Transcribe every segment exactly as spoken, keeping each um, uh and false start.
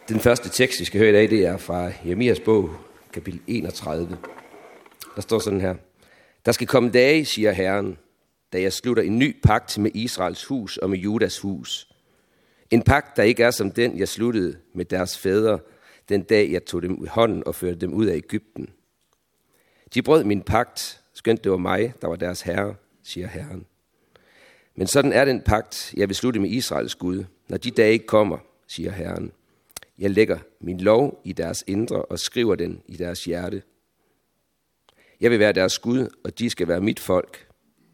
Den første tekst, vi skal høre i dag, det er fra Jeremias bog, kapitel enogtredive. Der står sådan her. Der skal komme dage, siger Herren, da jeg slutter en ny pagt med Israels hus og med Judas hus. En pagt, der ikke er som den, jeg sluttede med deres fædre, den dag jeg tog dem i hånden og førte dem ud af Egypten. De brød min pagt, skønt det var mig, der var deres herre, siger Herren. Men sådan er den pagt, jeg vil slutte med Israels Gud, når de dage kommer, siger Herren. Jeg lægger min lov i deres indre og skriver den i deres hjerte. Jeg vil være deres Gud, og de skal være mit folk.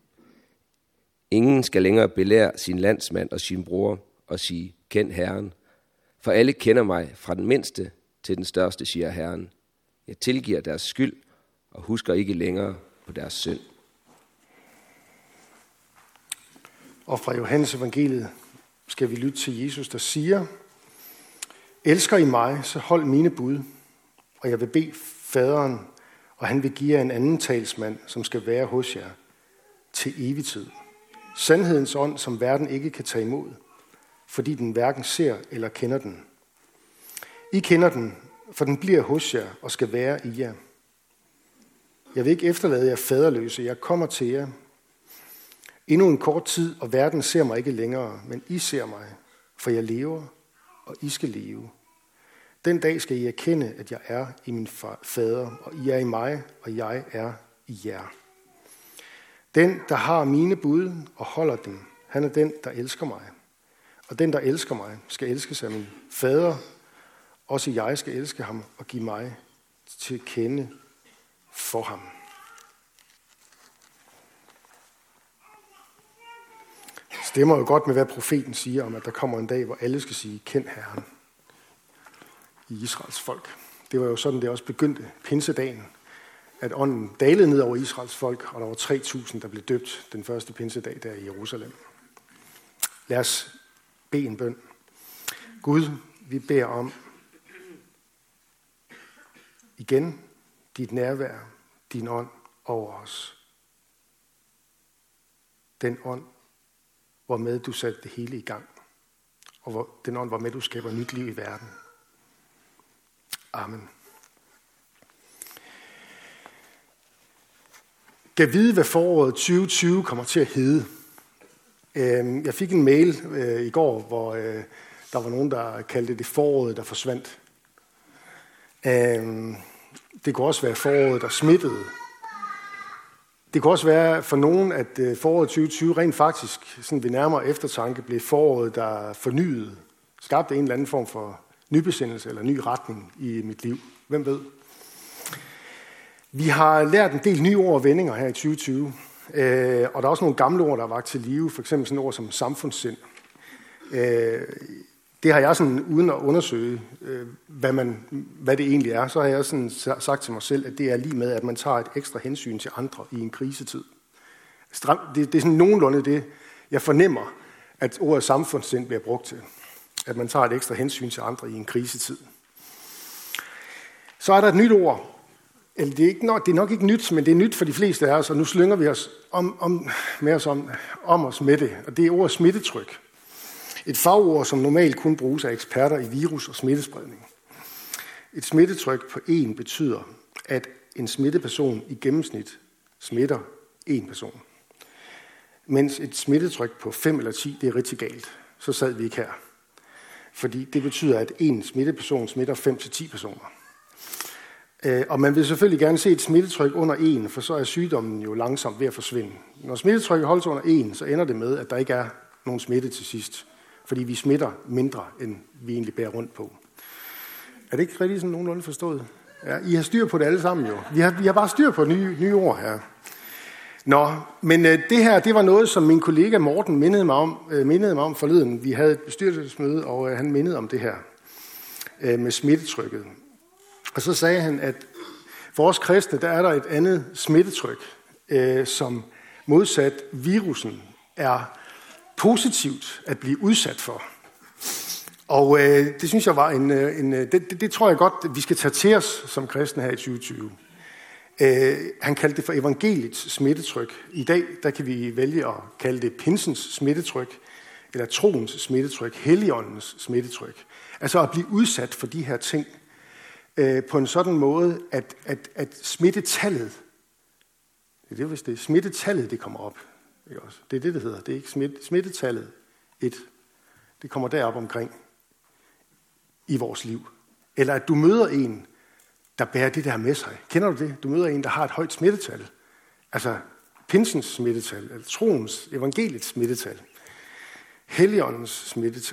Ingen skal længere belære sin landsmand og sin bror og sige, kend Herren. For alle kender mig fra den mindste til den største, siger Herren. Jeg tilgiver deres skyld og husker ikke længere på deres synd. Og fra Johannes evangeliet skal vi lytte til Jesus, der siger, elsker I mig, så hold mine bud, og jeg vil bede faderen, og han vil give jer en anden talsmand, som skal være hos jer til evig tid. Sandhedens ånd, som verden ikke kan tage imod, fordi den hverken ser eller kender den. I kender den, for den bliver hos jer og skal være i jer. Jeg vil ikke efterlade jer faderløse, jeg kommer til jer. Endnu en kort tid, og verden ser mig ikke længere, men I ser mig, for jeg lever, og I skal leve. Den dag skal I erkende, at jeg er i min fader, og I er i mig, og jeg er i jer. Den, der har mine bud og holder dem, han er den, der elsker mig. Og den, der elsker mig, skal elskes af min fader. Også jeg skal elske ham og give mig til kende for ham. Det stemmer jo godt med, hvad profeten siger om, at der kommer en dag, hvor alle skal sige, kend Herren i Israels folk. Det var jo sådan, det også begyndte pinsedagen, at ånden dalede ned over Israels folk, og der var tre tusind, der blev døbt den første pinsedag der i Jerusalem. Lad os bede en bøn. Gud, vi beder om igen dit nærvær, din ånd over os. Den ånd, hvormed du satte det hele i gang, og hvor, den ånd, hvormed du skaber nyt liv i verden. Amen. Kan vide, hvad foråret tyve tyve kommer til at hedde. Jeg fik en mail i går, hvor der var nogen, der kaldte det foråret, der forsvandt. Det kunne også være foråret, der smittede. Det kunne også være for nogen, at foråret tyve tyve rent faktisk, sådan ved nærmere eftertanke, blev foråret, der fornyede, skabte en eller anden form for nybesindelse eller ny retning i mit liv. Hvem ved? Vi har lært en del nye ord og vendinger her i tyve tyve, øh, og der er også nogle gamle ord, der er vakt til live, for eksempel sådan et ord som samfundssind. Øh, det har jeg sådan, uden at undersøge, øh, hvad, man, hvad det egentlig er, så har jeg sådan sagt til mig selv, at det er lige med, at man tager et ekstra hensyn til andre i en krisetid. Det, det er sådan nogenlunde det, jeg fornemmer, at ordet samfundssind bliver brugt til. At man tager et ekstra hensyn til andre i en krisetid. Så er der et nyt ord. Eller det er, ikke, det er nok ikke nyt, men det er nyt for de fleste af os, og nu slynger vi os om, om, med os om, om os med det. Og det er ordet smittetryk. Et fagord, som normalt kun bruges af eksperter i virus- og smittespredning. Et smittetryk på en betyder, at en smitteperson i gennemsnit smitter en person. Mens et smittetryk på fem eller ti, det er rigtig galt. Så sad vi ikke her. Fordi det betyder, at en smitteperson smitter fem til ti personer. Og man vil selvfølgelig gerne se et smittetryk under en, for så er sygdommen jo langsomt ved at forsvinde. Når smittetrykket holdes under en, så ender det med, at der ikke er nogen smitte til sidst. Fordi vi smitter mindre, end vi egentlig bærer rundt på. Er det ikke rigtig sådan nogenlunde forstået? Ja, I har styr på det alle sammen jo. Vi har, vi har bare styr på nye, nye ord her. Nå, men øh, det her, det var noget, som min kollega Morten mindede mig om, øh, mindede mig om forleden. Vi havde et bestyrelsesmøde, og øh, han mindede om det her øh, med smittetrykket. Og så sagde han, at for os kristne, der er der et andet smittetryk, øh, som modsat virusen er positivt at blive udsat for. Og øh, det synes jeg var en... en det, det, det tror jeg godt, at vi skal tage til os som kristne her i tyve tyve. Øh, han kaldte det for evangeliets smittetryk. I dag, der kan vi vælge at kalde det pinsens smittetryk, eller troens smittetryk, Helligåndens smittetryk. Altså at blive udsat for de her ting øh, på en sådan måde, at, at, at smittetallet, det er hvis det er smittetallet, det kommer op. Ikke også? Det er det, det hedder. Det er ikke smitte, smittetallet et. Det kommer derop omkring i vores liv. Eller at du møder en, der bærer det der med sig. Kender du det? Du møder en, der har et højt smittetal. Altså pinsens smittetal, eller troens, evangeliets smittetal. Helligåndens smittetal.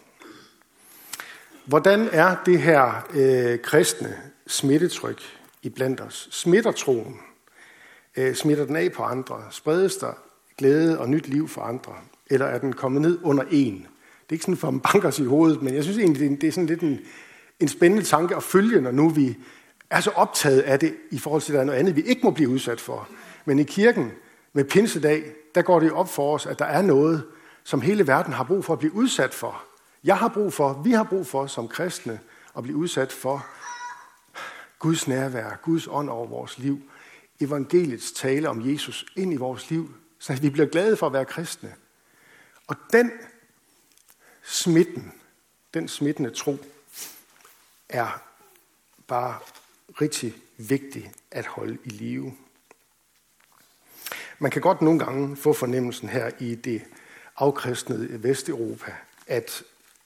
Hvordan er det her øh, kristne smittetryk i blandt os? Smitter troen? Øh, smitter den af på andre? Spredes der glæde og nyt liv for andre? Eller er den kommet ned under en? Det er ikke sådan for en banker i hovedet, men jeg synes egentlig, det er sådan lidt en, en spændende tanke at følge, når nu vi er så optaget af det i forhold til, at der er noget andet, vi ikke må blive udsat for. Men i kirken med pinsedag, der går det op for os, at der er noget, som hele verden har brug for at blive udsat for. Jeg har brug for, vi har brug for som kristne at blive udsat for Guds nærvær, Guds ånd over vores liv, evangeliets tale om Jesus ind i vores liv, så vi bliver glade for at være kristne. Og den smitten, den smittende tro, er bare rigtig vigtig at holde i live. Man kan godt nogle gange få fornemmelsen her i det afkristnede Vesteuropa, at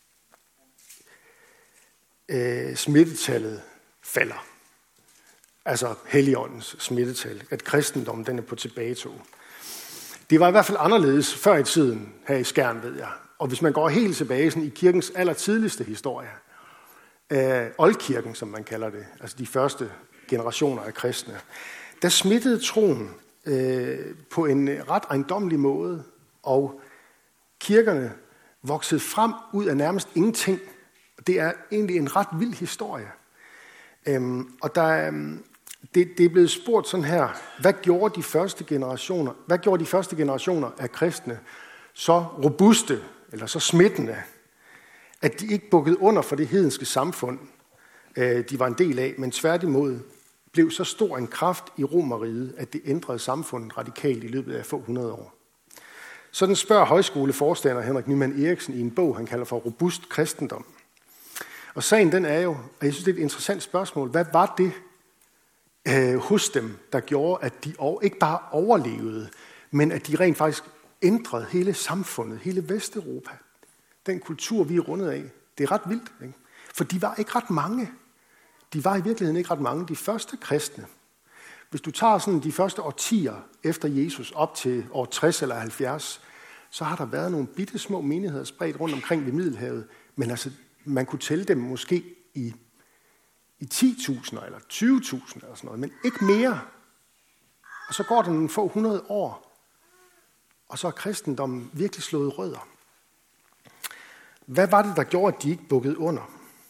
øh, smittetallet falder. Altså Helligåndens smittetal, at kristendommen den er på tilbagetog. Det var i hvert fald anderledes før i tiden her i Skjern, ved jeg. Og hvis man går helt tilbage sådan, i kirkens allertidligste historie, øh, oldkirken, som man kalder det, altså de første generationer af kristne, der smittede troen øh, på en ret ejendommelig måde, og kirkerne voksede frem ud af nærmest ingenting. Det er egentlig en ret vild historie. Øhm, og der, det, det er blevet spurgt sådan her, hvad gjorde de første generationer, hvad gjorde de første generationer af kristne så robuste, eller så smittende, at de ikke bukkede under for det hedenske samfund, øh, de var en del af, men tværtimod blev så stor en kraft i Romerriget, at det ændrede samfundet radikalt i løbet af få hundrede år. Sådan spørger højskoleforstander Henrik Nyman Eriksen i en bog, han kalder for Robust Kristendom. Og sagen den er jo, og jeg synes det er et interessant spørgsmål, hvad var det øh, hos dem, der gjorde, at de over, ikke bare overlevede, men at de rent faktisk ændrede hele samfundet, hele Vesteuropa. Den kultur, vi er rundet af. Det er ret vildt, ikke? For de var ikke ret mange. De var i virkeligheden ikke ret mange. De første kristne. Hvis du tager sådan de første årtier efter Jesus op til år tres eller halvfjerds, så har der været nogle bitte små menigheder spredt rundt omkring ved Middelhavet. Men altså, man kunne tælle dem måske i, i ti tusinder eller tyve tusind eller sådan noget, men ikke mere. Og så går der nogle få hundrede år, og så er kristendommen virkelig slået rødder. Hvad var det, der gjorde, at de ikke bukkede under?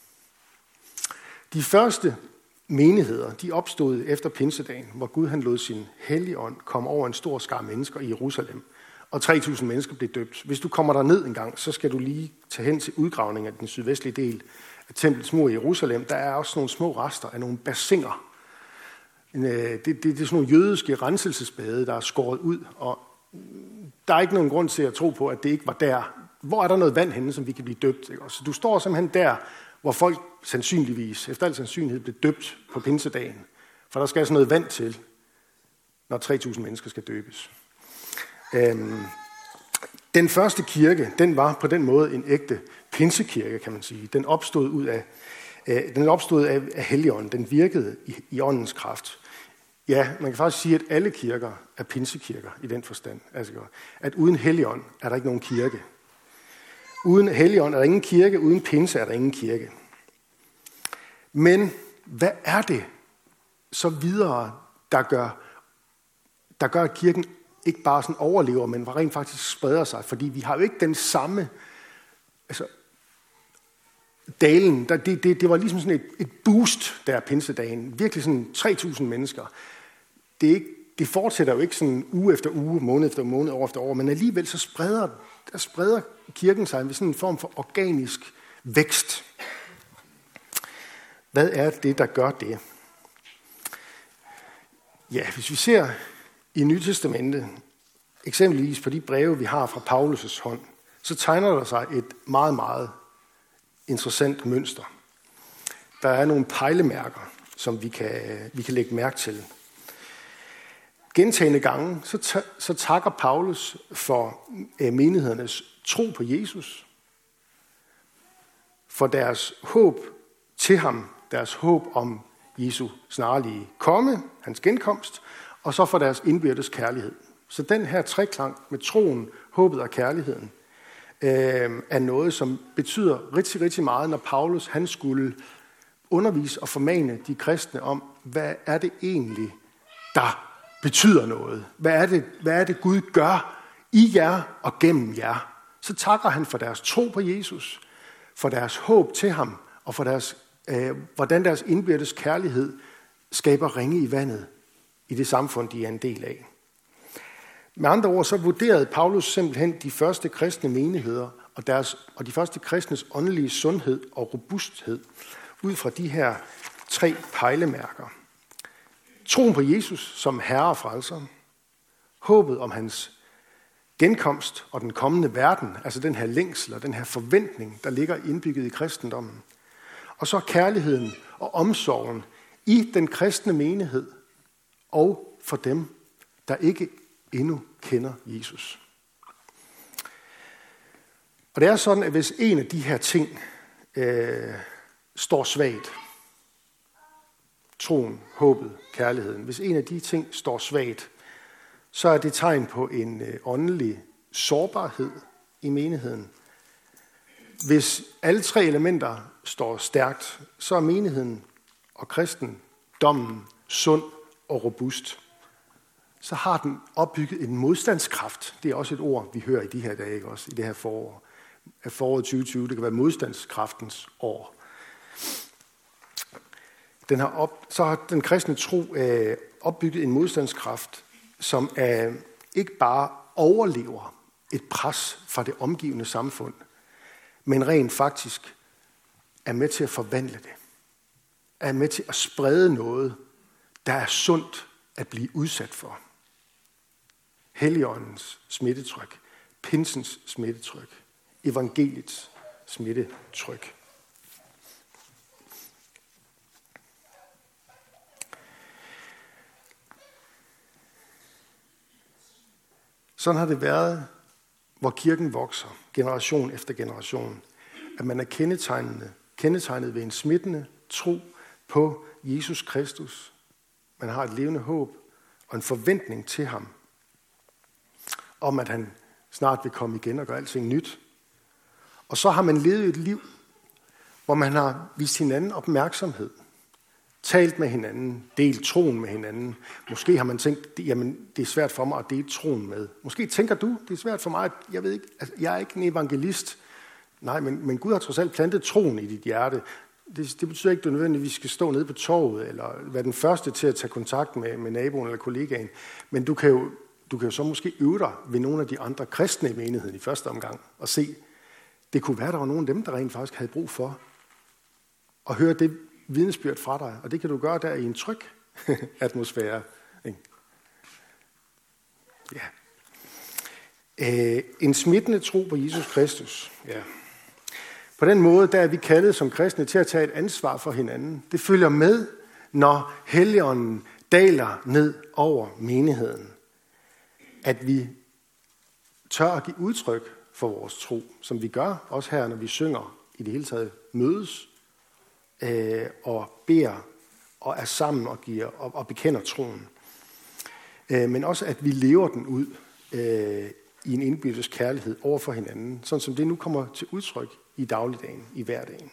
De første menigheder, de opstod efter pinsedagen, hvor Gud han lod sin hellige ånd komme over en stor skare mennesker i Jerusalem, og tre tusind mennesker blev døbt. Hvis du kommer der ned en gang, så skal du lige tage hen til udgravningen af den sydvestlige del af templets mur i Jerusalem. Der er også nogle små rester af nogle bassiner. Det, det, det er sådan nogle jødiske renselsesbade, der er skåret ud, og der er ikke nogen grund til at tro på, at det ikke var der. Hvor er der noget vand henne, som vi kan blive døbt? Ikke? Så du står simpelthen der, hvor folk sandsynligvis, efter al sandsynlighed, blev døbt på pinsedagen. For der skal altså noget vand til, når tre tusind mennesker skal døbes. Øhm, den første kirke, den var på den måde en ægte pinsekirke, kan man sige. Den opstod ud af, øh, den opstod af, af Helligånden. Den virkede i, i åndens kraft. Ja, man kan faktisk sige, at alle kirker er pinsekirker i den forstand. Altså, at uden Helligånd er der ikke nogen kirke. Uden Helligånd er der ingen kirke, uden pinse er der ingen kirke. Men hvad er det så videre, der gør, der gør, at kirken ikke bare sådan overlever, men rent faktisk spreder sig? Fordi vi har jo ikke den samme... Altså, dalen, der, det, det, det var ligesom sådan et, et boost der pinsedagen. Virkelig sådan tre tusind mennesker. Det, er ikke, det fortsætter jo ikke sådan uge efter uge, måned efter måned, år efter år, men alligevel så spreder, der spreder kirken sig ved sådan en form for organisk vækst. Hvad er det, der gør det? Ja, hvis vi ser i Nye Testamentet, eksempelvis på de breve, vi har fra Paulus' hånd, så tegner der sig et meget, meget interessant mønster. Der er nogle pejlemærker, som vi kan, vi kan lægge mærke til. Gentagne gange, så, ta- så takker Paulus for øh, menighedernes tro på Jesus, for deres håb til ham, deres håb om Jesu snarlige komme, hans genkomst, og så for deres indbyrdes kærlighed. Så den her treklang med troen, håbet og kærligheden, øh, er noget, som betyder rigtig, rigtig meget, når Paulus han skulle undervise og formane de kristne om, hvad er det egentlig, der betyder noget? Hvad er det, hvad er det Gud gør i jer og gennem jer? Så takker han for deres tro på Jesus, for deres håb til ham, og for deres, øh, hvordan deres indbyrdes kærlighed skaber ringe i vandet i det samfund, de er en del af. Med andre ord, så vurderede Paulus simpelthen de første kristne menigheder og, deres, og de første kristnes åndelige sundhed og robusthed ud fra de her tre pejlemærker. Troen på Jesus som herre og frelser, håbet om hans genkomst og den kommende verden, altså den her længsel og den her forventning, der ligger indbygget i kristendommen, og så kærligheden og omsorgen i den kristne menighed og for dem, der ikke endnu kender Jesus. Og det er sådan, at hvis en af de her ting øh, står svagt, troen, håbet, kærligheden, hvis en af de ting står svagt, så er det tegn på en øh, åndelig sårbarhed i menigheden. Hvis alle tre elementer står stærkt, så er menigheden og kristendommen sund og robust. Så har den opbygget en modstandskraft. Det er også et ord, vi hører i de her dage, ikke også? I det her forår. Foråret tyve tyve, det kan være modstandskraftens år. Den har op, så har den kristne tro øh, opbygget en modstandskraft, som øh, ikke bare overlever et pres fra det omgivende samfund, men rent faktisk er med til at forvandle det. Er med til at sprede noget, der er sundt at blive udsat for. Helligåndens smittetryk, pinsens smittetryk, evangeliets smittetryk. Sådan har det været, hvor kirken vokser, generation efter generation, at man er kendetegnet, kendetegnet ved en smittende tro på Jesus Kristus. Man har et levende håb og en forventning til ham, om at han snart vil komme igen og gøre alting nyt. Og så har man levet et liv, hvor man har vist hinanden opmærksomhed, talt med hinanden, delt troen med hinanden. Måske har man tænkt, jamen det er svært for mig at dele troen med. Måske tænker du, det er svært for mig, at jeg ved ikke, altså, jeg er ikke en evangelist. Nej, men, men Gud har trods alt plantet troen i dit hjerte. Det, det betyder ikke, at du nødvendigvis skal stå nede på torvet, eller være den første til at tage kontakt med, med naboen eller kollegaen. Men du kan, jo, du kan jo så måske øve dig ved nogle af de andre kristne i menigheden i første omgang, og se, det kunne være, der var nogle af dem, der rent faktisk havde brug for at høre det vidnesbyrd fra dig. Og det kan du gøre der i en tryg atmosfære. Ja. Øh, en smittende tro på Jesus Kristus. Ja. På den måde, der er vi kaldet som kristne til at tage et ansvar for hinanden. Det følger med, når Helligånden daler ned over menigheden. At vi tør at give udtryk for vores tro, som vi gør også her, når vi synger i det hele taget mødes øh, og beder og er sammen og, giver, og, og bekender troen. Øh, men også at vi lever den ud øh, i en indbyrdes kærlighed over for hinanden, sådan som det nu kommer til udtryk i dagligdagen, i hverdagen.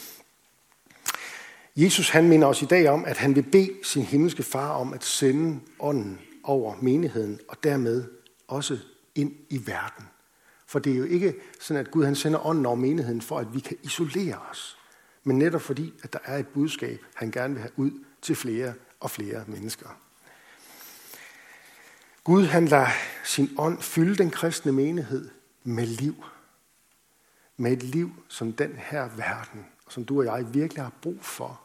Jesus han minder os i dag om, at han vil bede sin himmelske far om at sende ånden over menigheden, og dermed også ind i verden. For det er jo ikke sådan, at Gud han sender ånden over menigheden, for at vi kan isolere os, men netop fordi, at der er et budskab, han gerne vil have ud til flere og flere mennesker. Gud han lader sin ånd fylde den kristne menighed med liv. Med et liv som den her verden, som du og jeg virkelig har brug for.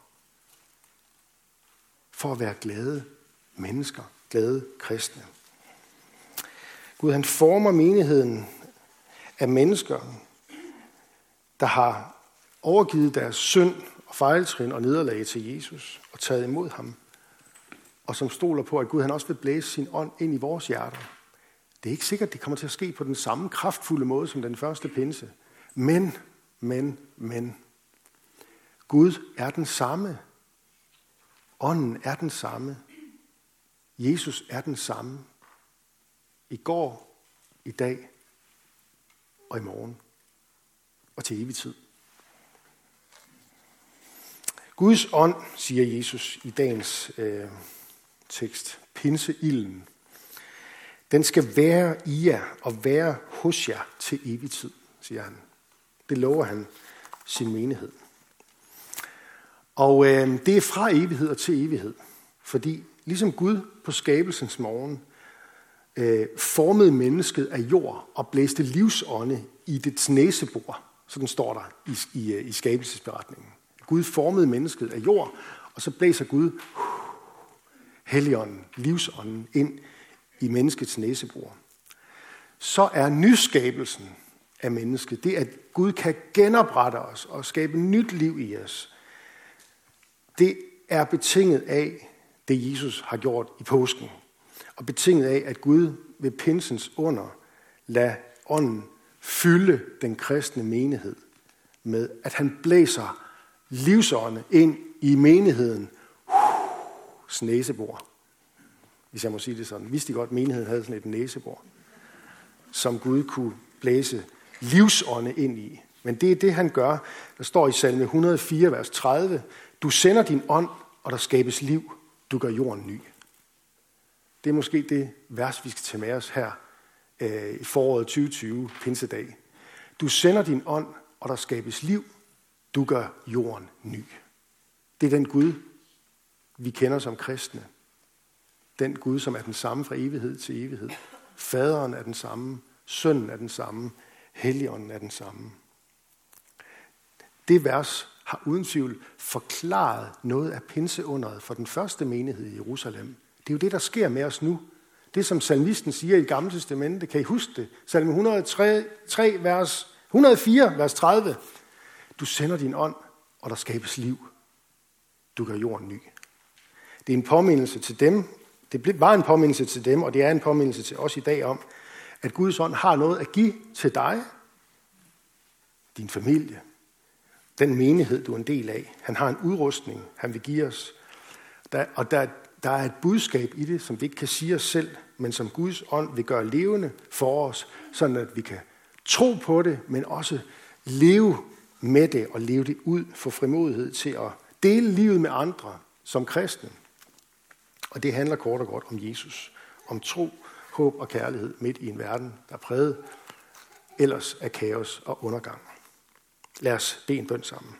For at være glade mennesker, glade kristne. Gud han former menigheden af mennesker, der har overgivet deres synd og fejltrin og nederlag til Jesus og taget imod ham, og som stoler på, at Gud han også vil blæse sin ånd ind i vores hjerter. Det er ikke sikkert, at det kommer til at ske på den samme kraftfulde måde som den første pinse. Men, men, men. Gud er den samme. Ånden er den samme. Jesus er den samme. I går, i dag og i morgen. Og til evig tid. Guds ånd, siger Jesus i dagens øh, tekst, pinseilden, den skal være i jer og være hos jer til evig tid, siger han. Det lover han sin menighed. Og øh, det er fra evighed og til evighed. Fordi ligesom Gud på skabelsens morgen øh, formede mennesket af jord og blæste livsånde i dets næsebor, sådan står der i, i, i skabelsesberetningen. Gud formede mennesket af jord, og så blæser Gud uh, helligånden, livsånden ind i menneskets næsebor. Så er nyskabelsen af mennesket, det at Gud kan genoprette os og skabe nyt liv i os, det er betinget af det, Jesus har gjort i påsken. Og betinget af, at Gud ved pinsens under lader ånden fylde den kristne menighed med, at han blæser livsånde ind i menigheden uh, næsebor. Hvis jeg må sige det sådan. Vidste I godt, at menigheden havde sådan et næsebor, som Gud kunne blæse livsånde ind i. Men det er det, han gør. Der står i salme et hundrede og fire, vers tredive. Du sender din ånd, og der skabes liv. Du gør jorden ny. Det er måske det vers, vi skal tage med os her øh, i foråret tyve tyve, pinsedag. Du sender din ånd, og der skabes liv. Du gør jorden ny. Det er den Gud, vi kender som kristne. Den Gud, som er den samme fra evighed til evighed. Faderen er den samme. Sønnen er den samme. Helligånden er den samme. Det vers har uden tvivl forklaret noget af pinseunderet for den første menighed i Jerusalem. Det er jo det, der sker med os nu. Det, som salmisten siger i Gamle Testamente, kan I huske det? Salme et hundrede og tre, vers, et hundrede og fire, vers tredive. Du sender din ånd, og der skabes liv. Du gør jorden ny. Det er en påmindelse til dem. Det var en påmindelse til dem, og det er en påmindelse til os i dag om, at Guds ånd har noget at give til dig, din familie, den menighed, du er en del af. Han har en udrustning, han vil give os. Der, og der, der er et budskab i det, som vi ikke kan sige os selv, men som Guds ånd vil gøre levende for os, sådan at vi kan tro på det, men også leve med det og leve det ud, få frimodighed til at dele livet med andre som kristne. Og det handler kort og godt om Jesus, om tro, håb og kærlighed midt i en verden, der er præget ellers af kaos og undergang. Lad os bede en bøn sammen.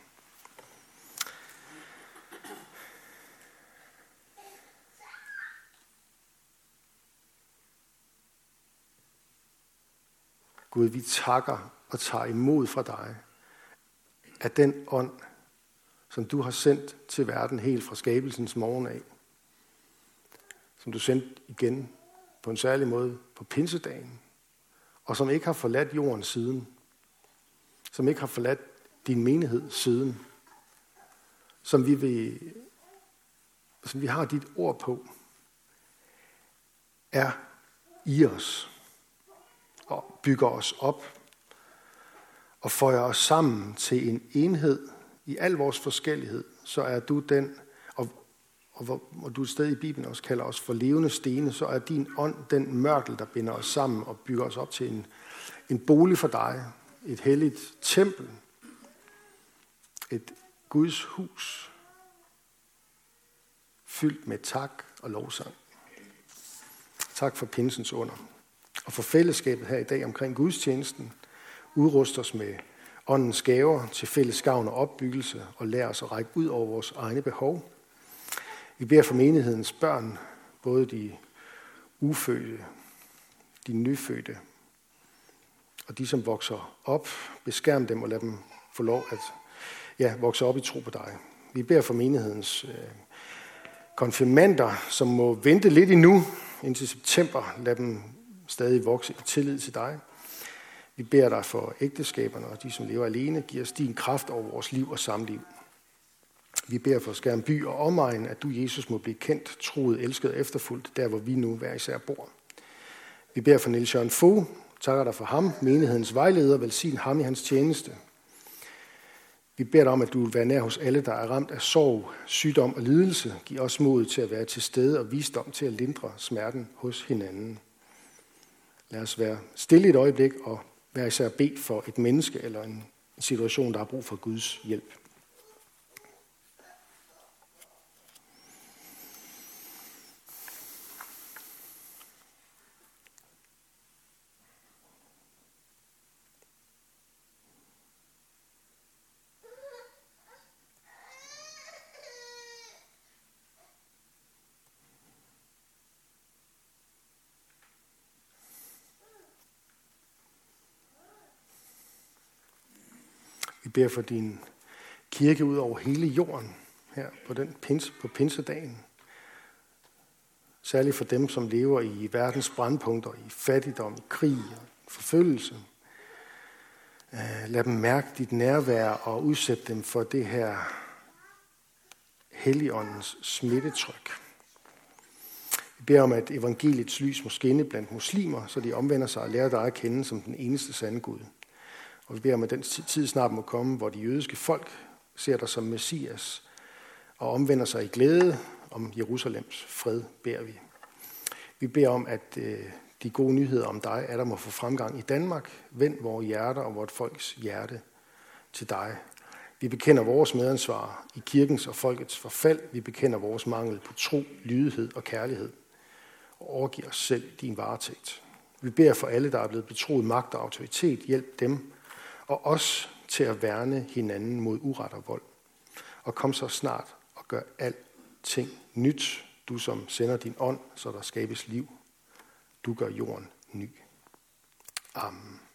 Gud, vi takker og tager imod fra dig, at den ånd, som du har sendt til verden helt fra skabelsens morgen af, som du sendte igen på en særlig måde på pinsedagen, og som ikke har forladt jorden siden, som ikke har forladt din menighed siden, som vi, vil, som vi har dit ord på, er i os og bygger os op og føjer os sammen til en enhed i al vores forskellighed, så er du den, og, og, og du et sted i Bibelen også kalder os for levende stene, så er din ånd den mørtel, der binder os sammen og bygger os op til en, en bolig for dig, et helligt tempel, et Guds hus, fyldt med tak og lovsang. Tak for pinsens under, og for fællesskabet her i dag omkring gudstjenesten. Udrust os med åndens gaver til fælles gavn og opbyggelse, og lær os at række ud over vores egne behov. Vi beder for menighedens børn, både de ufødte, de nyfødte, og de, som vokser op, beskærm dem og lad dem få lov at ja, vokse op i tro på dig. Vi beder for menighedens øh, konfirmander, som må vente lidt endnu indtil september. Lad dem stadig vokse i tillid til dig. Vi beder dig for ægteskaberne og de, som lever alene. Giv os din kraft over vores liv og samliv. Vi beder for Skærmby og omegn, at du, Jesus, må blive kendt, troet, elsket og efterfulgt, der hvor vi nu hver især bor. Vi beder for Niels Jørgen Fogh. Takker dig for ham, menighedens vejleder. Velsign ham i hans tjeneste. Vi beder dig om, at du vil være nær hos alle, der er ramt af sorg, sygdom og lidelse. Giv os mod til at være til stede og visdom til at lindre smerten hos hinanden. Lad os være stille et øjeblik og hver især bede for et menneske eller en situation, der har brug for Guds hjælp. Vi beder for din kirke ud over hele jorden her på, den pins, på pinsedagen. Særligt for dem, som lever i verdens brandpunkter, i fattigdom, i krig og forfølgelse. Lad dem mærke dit nærvær og udsætte dem for det her Helligåndens smittetryk. Vi beder om, at evangeliets lys må skinne blandt muslimer, så de omvender sig og lærer dig at kende som den eneste sande Gud. Og vi beder om, at den tid snart må komme, hvor de jødiske folk ser dig som Messias og omvender sig i glæde om Jerusalems fred, beder vi. Vi beder om, at øh, de gode nyheder om dig, at der må få fremgang i Danmark. Vend vores hjerter og vort folks hjerte til dig. Vi bekender vores medansvar i kirkens og folkets forfald. Vi bekender vores mangel på tro, lydighed og kærlighed. Og overgiver os selv din varetægt. Vi beder for alle, der er blevet betroet magt og autoritet. Hjælp dem og os til at værne hinanden mod uret og vold. Og kom så snart og gør alting nyt. Du som sender din ånd, så der skabes liv. Du gør jorden ny. Amen.